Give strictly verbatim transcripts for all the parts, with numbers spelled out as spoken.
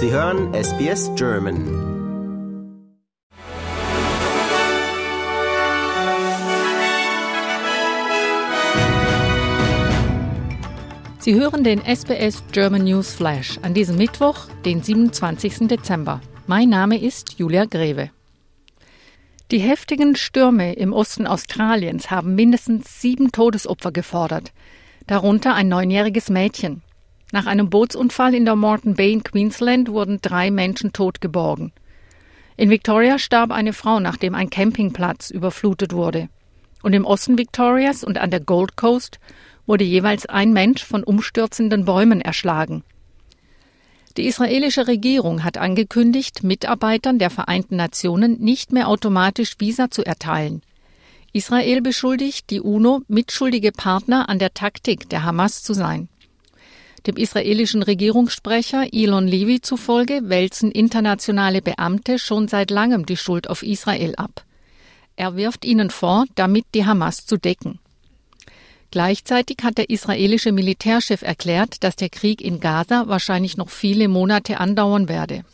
Sie hören S B S German. Sie hören den S B S German News Flash an diesem Mittwoch, den siebenundzwanzigsten Dezember. Mein Name ist Julia Greve. Die heftigen Stürme im Osten Australiens haben mindestens sieben Todesopfer gefordert, darunter ein neunjähriges Mädchen. Nach einem Bootsunfall in der Moreton Bay in Queensland wurden drei Menschen tot geborgen. In Victoria starb eine Frau, nachdem ein Campingplatz überflutet wurde. Und im Osten Victorias und an der Gold Coast wurde jeweils ein Mensch von umstürzenden Bäumen erschlagen. Die israelische Regierung hat angekündigt, Mitarbeitern der Vereinten Nationen nicht mehr automatisch Visa zu erteilen. Israel beschuldigt die UNO, mitschuldige Partner an der Taktik der Hamas zu sein. Dem israelischen Regierungssprecher Elon Levy zufolge wälzen internationale Beamte schon seit langem die Schuld auf Israel ab. Er wirft ihnen vor, damit die Hamas zu decken. Gleichzeitig hat der israelische Militärchef erklärt, dass der Krieg in Gaza wahrscheinlich noch viele Monate andauern werde.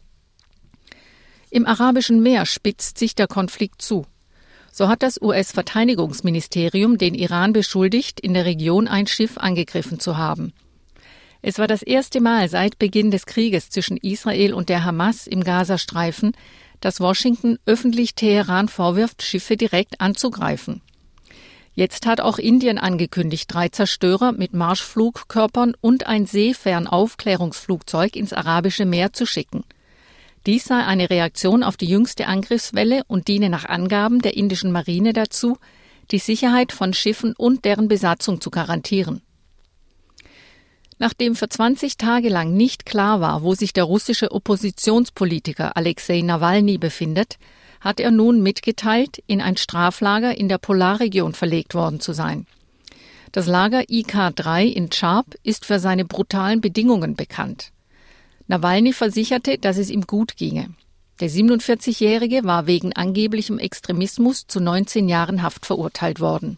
Im Arabischen Meer spitzt sich der Konflikt zu. So hat das U S-Verteidigungsministerium den Iran beschuldigt, in der Region ein Schiff angegriffen zu haben. Es war das erste Mal seit Beginn des Krieges zwischen Israel und der Hamas im Gazastreifen, dass Washington öffentlich Teheran vorwirft, Schiffe direkt anzugreifen. Jetzt hat auch Indien angekündigt, drei Zerstörer mit Marschflugkörpern und ein Seefernaufklärungsflugzeug ins Arabische Meer zu schicken. Dies sei eine Reaktion auf die jüngste Angriffswelle und diene nach Angaben der indischen Marine dazu, die Sicherheit von Schiffen und deren Besatzung zu garantieren. Nachdem für zwanzig Tage lang nicht klar war, wo sich der russische Oppositionspolitiker Alexei Nawalny befindet, hat er nun mitgeteilt, in ein Straflager in der Polarregion verlegt worden zu sein. Das Lager I K drei in Charb ist für seine brutalen Bedingungen bekannt. Nawalny versicherte, dass es ihm gut ginge. Der siebenundvierzigjährige war wegen angeblichem Extremismus zu neunzehn Jahren Haft verurteilt worden.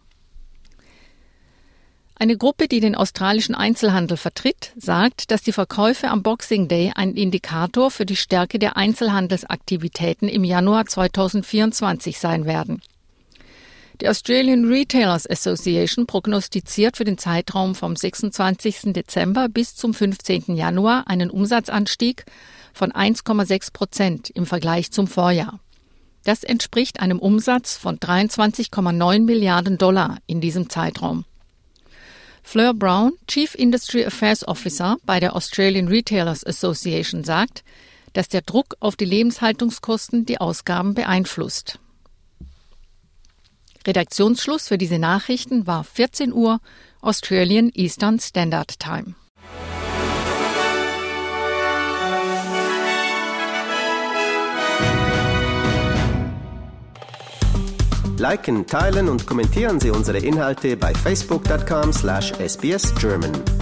Eine Gruppe, die den australischen Einzelhandel vertritt, sagt, dass die Verkäufe am Boxing Day ein Indikator für die Stärke der Einzelhandelsaktivitäten im Januar zweitausendvierundzwanzig sein werden. Die Australian Retailers Association prognostiziert für den Zeitraum vom sechsundzwanzigsten Dezember bis zum fünfzehnten Januar einen Umsatzanstieg von eins Komma sechs Prozent im Vergleich zum Vorjahr. Das entspricht einem Umsatz von dreiundzwanzig Komma neun Milliarden Dollar in diesem Zeitraum. Fleur Brown, Chief Industry Affairs Officer bei der Australian Retailers Association, sagt, dass der Druck auf die Lebenshaltungskosten die Ausgaben beeinflusst. Redaktionsschluss für diese Nachrichten war vierzehn Uhr Australian Eastern Standard Time. Liken, teilen und kommentieren Sie unsere Inhalte bei facebook punkt com slash S B S German.